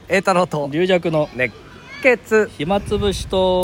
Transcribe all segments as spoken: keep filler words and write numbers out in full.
栄太郎と龍弱の熱血暇つぶしと。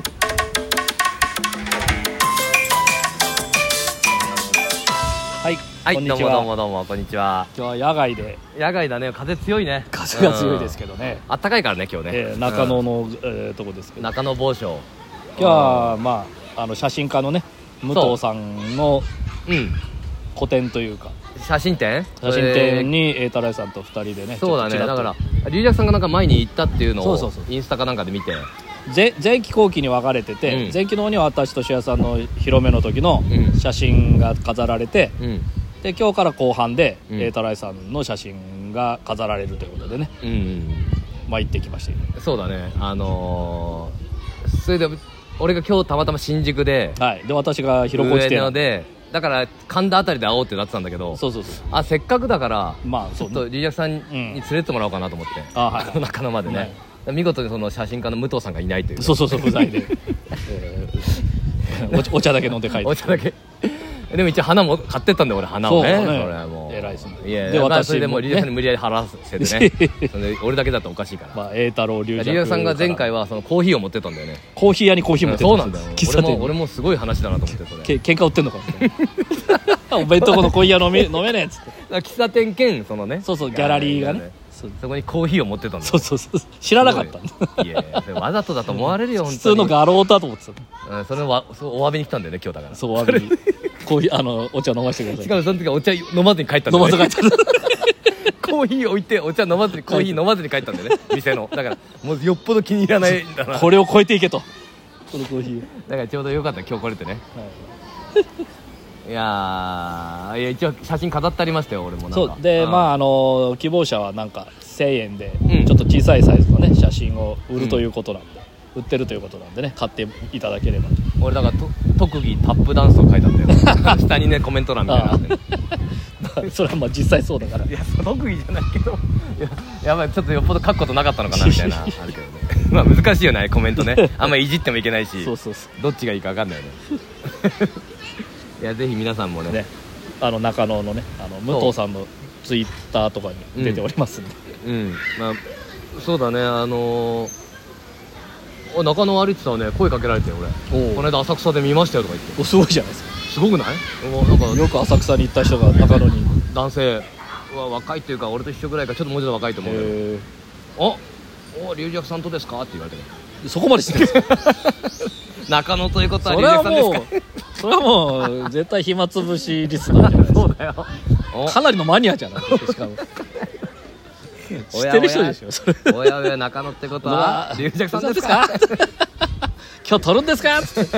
はい、 はい、 こんにちは。 どうもどうもどうもこんにちは。 今日は野外で野外だね。風強いね。 風が強いですけどね、 あったかいからね今日ね、 えー、中野の、うんえー、とこですけど、 中野某所。 今日はまああの写真家のね武藤さんのうん個展というか写真展写真展に栄太郎さんとふたりでね。 そうだね。 ちょっとちらっとだから龍尺さんがなんか前に行ったっていうのをそうそうそうインスタかなんかで見て、 前前期後期に分かれてて、 うん、 前期の方には私としやさんの広めの時の写真が飾られて、 うん、 で今日から後半でうん栄太郎さんの写真が飾られるということでね、 うんうん、 まあ行ってきました。 そうだね。あのー、それで俺が今日たまたま新宿で、 はい、で私が広小路上野で、だから神田あたりで会おうってなってたんだけど、 そうそうそう、 あせっかくだからまあそうね、 ちょっと龍尺さんに連れてってもらおうかなと思って、 あ、はい、 中野までね、 はい、 見事にその写真家の武藤さんがいないという、 そうそうそう不在で、えー、お, 茶お茶だけ飲んで帰ってお茶だけでも一応花も買ってったんだよ俺。花をね。 そうね、 それはもう偉いですね。 いやいや、 でまあ、 私それでもう龍尺さんに無理やり払わせてねそれで俺だけだとおかしいから、 まあ、栄太郎龍尺龍尺さんが前回はそのコーヒーを持ってったんだよね。 コーヒー屋にコーヒー持ってそうなんだよ。 喫茶店俺も俺もすごい話だなと思ってそれけ喧嘩売ってんのかなお弁当このコーヒー屋飲め飲めねえっつって喫茶店兼そのね、 そうそうギャラリーがね、そうそこにコーヒーを持ってたんだよ。 そうそうそう知らなかったんだ。 いやいやそれわざとだと思われるよ本当に。 普通の画廊だと思ってた。 うん、それはそうお詫びに来たんだよね今日だから。 そうお詫びにコーヒーあのお茶飲ませてください。 しかもその時はお茶飲まずに帰ったんだ飲よね。 まず帰ったコーヒー置いてお茶飲まずにコーヒー飲まずに帰ったんだよね店の。だからもうよっぽど気に入らないんだな。 これを超えていけとこのコーヒー、 だからちょうどよかった今日来れてね。 はいいやいや一応写真飾ってありましたよ俺もなんか。 そうで、 んまああの希望者はなんかせんえんで、 うんちょっと小さいサイズのね写真を売るということなんで、うん、売ってるということなんでね買っていただければ。 俺だからと特技タップダンスを書いたんだよ下にねコメント欄みたいなのあってねそれはまあ実際そうだから。 いや特技じゃないけど、いややばいちょっとよっぽど書くことなかったのかなみたいなあるけどねまあ難しいよねコメントね。あんまいじってもいけないしそうそうそうどっちがいいか分かんないよねいやぜひ皆さんも ね, ねあの中野のねあの武藤さんのツイッターとかに出ておりますんで、 うん、うん、まあそうだね。あのー、中野歩いてたらね声かけられてよ俺。この間浅草で見ましたよとか言って。 おすごいじゃないですか。 すごくない？もうなんかよく浅草に行った人が中野に。 男性は若いっていうか俺と一緒ぐらいかちょっともうちょっと若いと思うけど、 えおお龍尺さんとですかって言われてね。 ー、そこまで知ってるんですか中野ということはそれは龍尺さんですか？ もうそれはもう絶対暇つぶしリスナーじゃないですかそうだよ。おかなりのマニアじゃないですか。しかも知ってる人でしょそれ。 おやおや中野ってことは龍尺さんですか？ 今日撮るんですか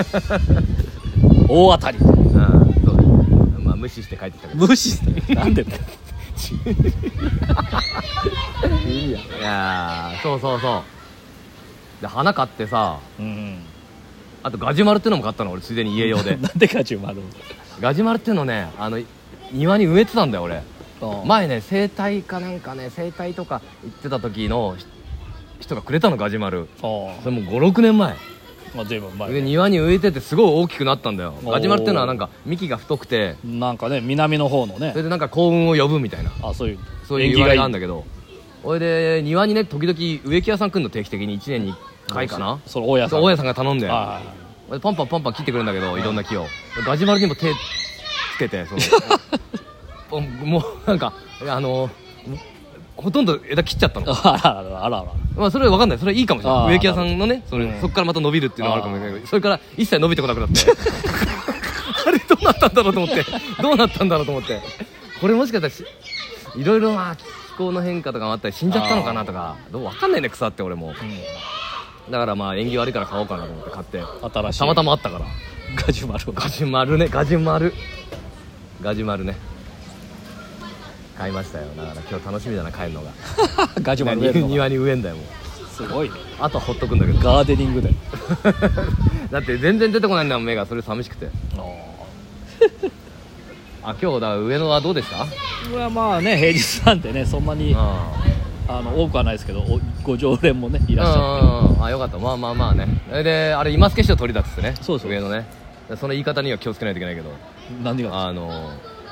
大当たり。 うんそうだよ。まあ無視して帰ってきたけど。 無視してなんでだよいいや。 いやーそうそうそうで花買ってさ、 うんあとガジュマルってのも買ったの俺ついでに家用でなんでガジュマルガジュマルってのねあの庭に植えてたんだよ俺。 の前ね生態かなんかね生態とか行ってた時の人がくれたのガジュマル。それもうごろくねんまえ。 まあ、随分前で庭に植えててすごい大きくなったんだよ。 おーガジュマルっていうのはなんか幹が太くてなんかね南の方のねそれでなんか幸運を呼ぶみたいなあそういうそういう言われがあるんだけけど、それで庭にね時々植木屋さん来るの定期的にいちねんにいっかいかな。 その大家さんそう大家さんが頼んではいでパンパンパンパン切ってくるんだけどいろんな木をガジュマルにも手つけてそのもうなんかあのほとんど枝切っちゃったの。 あらあらあらあらまあそれは分かんない。それはいいかもしれなあーい。植木屋さんのねそれ、 うんそこからまた伸びるっていうのがあるかもしれないけどそれから一切伸びてこなくなってあれどうなったんだろうと思ってどうなったんだろうと思ってこれもしかしたらしいろいろまあ気候の変化とかもあったり死んじゃったのかなとかどう分かんないね草って俺も。 うんだからまあ縁起悪いから買おうかなと思って買って新しいたまたまあったからガジュマルをガジュマルねガジュマルガジュマルね買いましたよ。だから今日楽しみだな帰るのがガジュマル植えるのが庭に植えんだよもう。 すごいね。 あとはほっとくんだけどガーデニングでだって全然出てこないんだもん目が。それ寂しくてあ今日だ上野はどうでした？ これはまあね平日なんでねそんなにああの多くはないですけどおご常連もねいらっしゃああよかった。まあまあまあね。であれ今助師匠鳥だっつってね。 そうそう上野ね。その言い方には気をつけないといけないけどってなんでかあの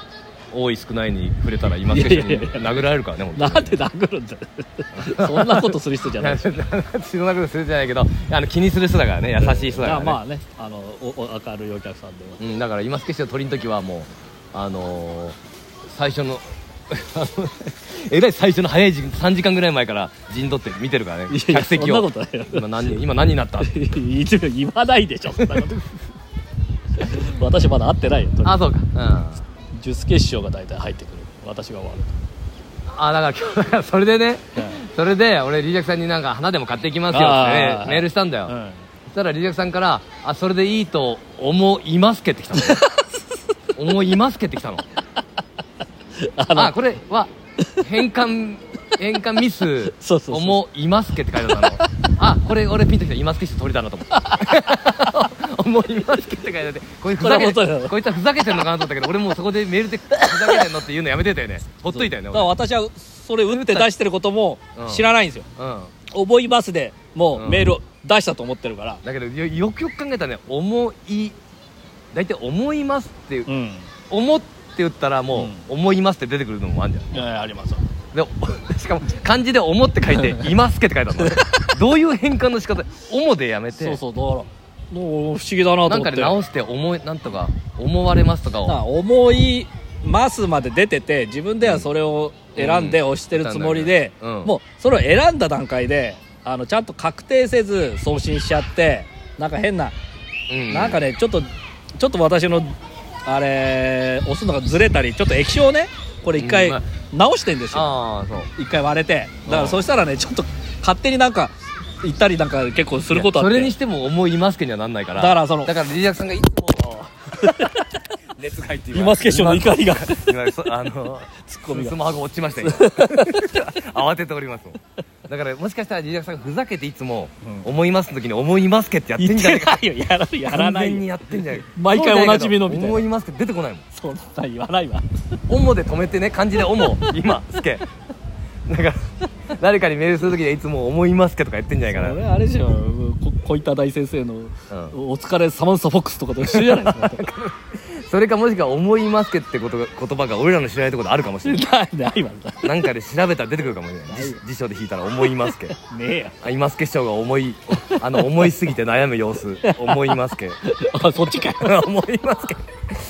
多い少ないに触れたら今決勝に殴られるからね。本当になんで殴るんだよそんなことする人じゃないしそんなことするじゃないけど、あの気にする人だからね、優しい人だからね。 まあね、あのおお明るいお客さんでも、 うん、だから今決勝取りの時はもうあのー、最初のえらい最初の早い時間さんじかんぐらい前から陣取って見てるからね、客席を。 そんなことないよ今何今何になった言わないでしょそんなこと私まだ会ってないよ。 あ、そうか、うん、 ジュース決勝が大体入ってくる、私が終わると。 あ、だから今日だからそれでね、うん、それで俺リージャクさんになんか花でも買っていきますよって、ね、メールしたんだよ、うん、そしたらリージャクさんからあそれでいいと思いますけってきたの思いますけってきたのあのあこれは変換変換ミスそうそうそう思いますけって書いてあったのあこれ俺ピンときたいますけして取りだなと思って思いますけって書いてあってこいつふざけこいつはふざけてんのかなと思ったけど俺もうそこでメールでふざけてんのって言うのやめてたよね。ほっといたよね。 だから私はそれ打って出してることも知らないんですよ、うんうん、思いますでもうメールを出したと思ってるから、 だけど よ, よくよく考えたらね思い大体思いますって、うん、思って打ったらもう、うん、思いますって出てくるのもあるんじゃん。 いやありますでしかも漢字で思って書いていますけって書いてあるのどういう変換の仕方、思でやめて、 そうそう、だからもう不思議だなと思って、 なんかで直して思いなんとか思われますとかを思いますまで出てて自分ではそれを選んで押してるつもりで、うんうん、もうそれを選んだ段階であのちゃんと確定せず送信しちゃってなんか変な、うん、なんかねちょっとちょっと私のあれ押すのがずれたりちょっと液晶をねこれ一回直してんですよ、 あそう一回割れて、だからそしたらねちょっと勝手になんか行ったりなんか結構することあって、 それにしても思いますけにはなんないから、 だからそのだからリージャクさんがいつも熱が入っています決勝の怒りが今あのツッコミがスマホが落ちました今慌てておりますもん。だからもしかしたらリージャクさんがふざけていつも思いますの時に思いますけってやってんじゃないか。 やらないやらない完全にやってんじゃないか。 毎回おなじみのみたいな思いますけ出てこないもん。 そんな言わないわ。 おもで止めてね、漢字でおも今すけだから誰かにメールする時にいつも思いますけとか言ってんじゃないかな。 それあれじゃん小板大先生の、うん、お疲れサマンサフォックスとかと一緒じゃないですかそれかもしくは思いますけってことが言葉が俺らの知らないところであるかもしれないないわなんかで調べたら出てくるかもしれない辞書で引いたら思いますけねえやあいますけ師匠が思いあの思いすぎて悩む様子思いますけあそっちか思いますけ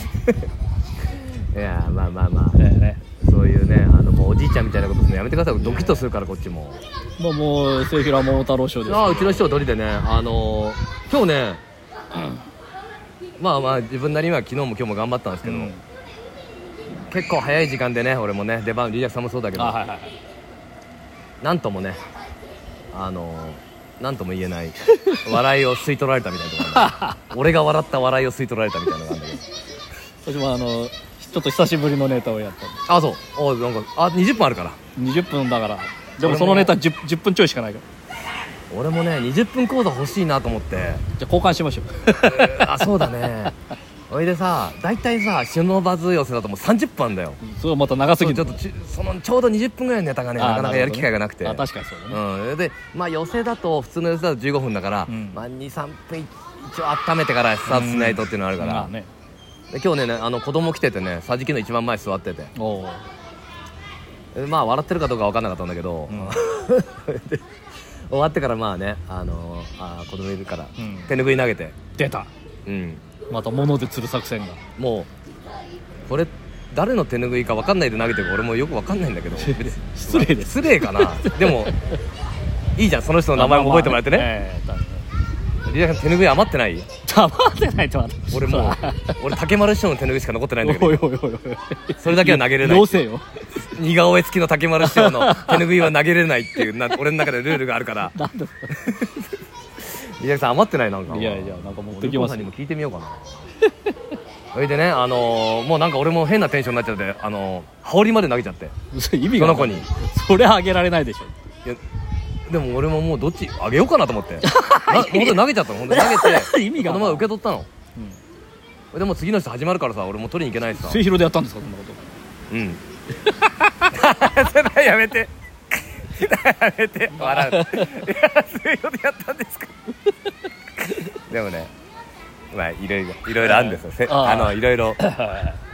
いやまあまあまあ、 ねね、 そういうねあのもうおじいちゃんみたいなことするのやめてください。ドキッとするからこっちも。 まあもう末広桃太郎賞です。 ああうちの師匠鳥でねあのー、今日ね、うん、まあまあ自分なりには昨日も今日も頑張ったんですけど、うん、結構早い時間でね俺もね出番リージャクさんもそうだけど、 はいはいはい、 なんともねあのー、なんとも言えない笑いを吸い取られたみたいなところが俺が笑った笑いを吸い取られたみたいなのがあるんだけど私もあのちょっと久しぶりのネタをやったんで。 あそうおなんかあにじゅっぷんあるからにじゅっぷんだからでもそのネタ 10, じゅっぷんちょいしかないから俺もねにじゅっぷん講座欲しいなと思ってじゃあ交換しましょう、 えー、あそうだねおいでさ大体さ忍ばず寄せだともうさんじゅっぷんあるんだよ。 それはまた長すぎる。 ちょっとちそのちょうどにじゅっぷんぐらいのネタがねなかなかやる機会がなくて。 あ確かにそうだね、 うん、でまあ寄せだと普通の寄せだとじゅうごふんだから、うん、まあ、にさんぷん一応温めてからスタートしないとっていうのがあるから、うんまあね、で今日ねあの子供来ててね桟敷の一番前座ってておまあ笑ってるかどうか分かんなかったんだけど、うん、終わってからまあねあのあ子供いるから、うん、手ぬぐい投げて出た、うん、また物で釣る作戦がもうこれ誰の手ぬぐいか分かんないで投げてるか俺もよく分かんないんだけど失礼です失礼かなでもいいじゃんその人の名前も覚えてもらってね、えーリーダーさん手ぬぐい余ってない？ 余ってないと俺もう俺竹丸師匠の手ぬぐいしか残ってないんだけどおいおいおいおいそれだけは投げれない。 よせよ似顔絵付きの竹丸師匠の手ぬぐいは投げれないっていうな俺の中でルールがあるからなんでリーダーさん余ってないなんかいやいやなんか持ってきます。 お父さんにも聞いてみようかなそれでねあのー、もうなんか俺も変なテンションになっちゃってあのー、羽織まで投げちゃって意味がその子にそれあげられないでしょ。 いやでも俺ももうどっちあげようかなと思って本当に投げちゃったの。本当に投げて意味がこのまま受け取ったの、うん、でも次の人始まるからさ俺も取りに行けないしさ。 末広でやったんですかそんなこと。 うんそれやめてやめて笑ういや末広でやったんですかでもねまあいろいろいろいろあるんですよ、あ, あのいろいろ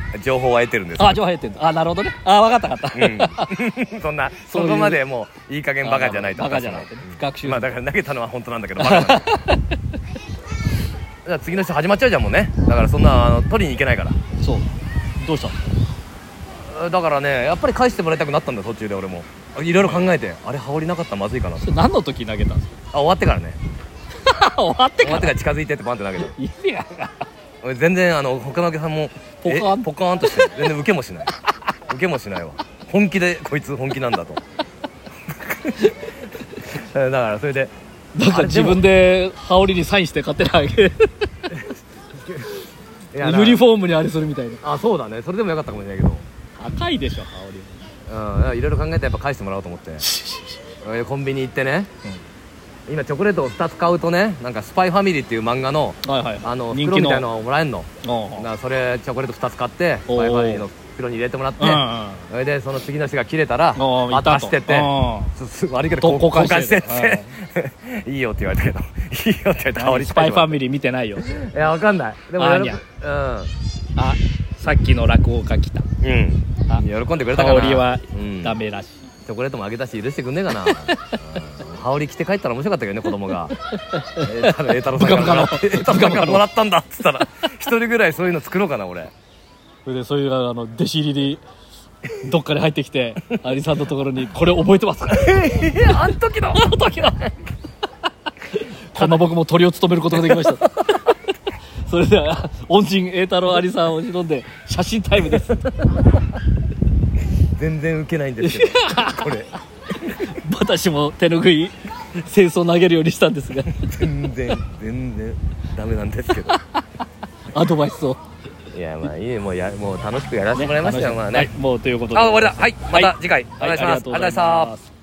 情報は得てるんです。 あ、情報入ってんの。あ、なるほどね。あ、分かった分かった、 うん、そんなそういうそこまでもういい加減バカじゃないと。 バカじゃないとね、学習、 まあだから投げたのは本当なんだけどバカなんだじゃあ次の人始まっちゃうじゃんもうね。だからそんなあの取りに行けないから。 そう、どうしたの。 だからねやっぱり返してもらいたくなったんだ途中で。俺もいろいろ考えて、あれ羽織なかったらまずいかな。 それ何の時投げたんですあ、終わってからね。 か終わってから終わってから近づいてってバンって投げた。 意味が俺全然あの他のお客さんもポカーンえポカーンとして全然受けもしない受けもしないわ。本気でこいつ本気なんだとだからそれでなんか自分で羽織にサインして勝手にあげるいやユニフォームにあれするみたいな。 あ、そうだね。それでもよかったかもしれないけど、 赤いでしょ羽織。 うん、いろいろ考えてやっぱ返してもらおうと思って俺コンビニ行ってね、うん、今チョコレートをふたつ買うとね、なんかスパイファミリーっていう漫画の、はいはい、あの袋みたいなのをもらえんの。だからそれチョコレートふたつ買ってスパイファミリーの袋に入れてもらって、それでその次の人が切れたらまたしてて、悪いけど交換してっていいよって言われたけどいいよって言われた。羽織スパイファミリー見てないよ。 いやわかんない。でもあーにゃ、 うん、 あ、さっきの落語家来た。 うん、あ、喜んでくれたかな。 羽織はダメらしい、 うん、チョコレートもあげたし許してくんねえかな羽織着て帰ったら面白かったけどね、子供が栄太郎さんからもらったんだっつったら一人ぐらいそういうの作ろうかな俺。 それでそういうあの弟子入りでどっかに入ってきてアリさんのところにこれ覚えてますかあん時のあの時のこんな僕も鳥を務めることができましたそれでは恩人栄太郎アリさんを忍んで写真タイムです全然ウケないんですけどこれ私も手ぬぐい戦争投げるようにしたんですが全然全然ダメなんですけどアドバイスを。 いやまあいい、もうやもう楽しくやらせてもらいましたよ、ね、まあね、 はい、もうということで、 あ、終わりだ。はい、また次回、はい、お願いします。ありがとうございました。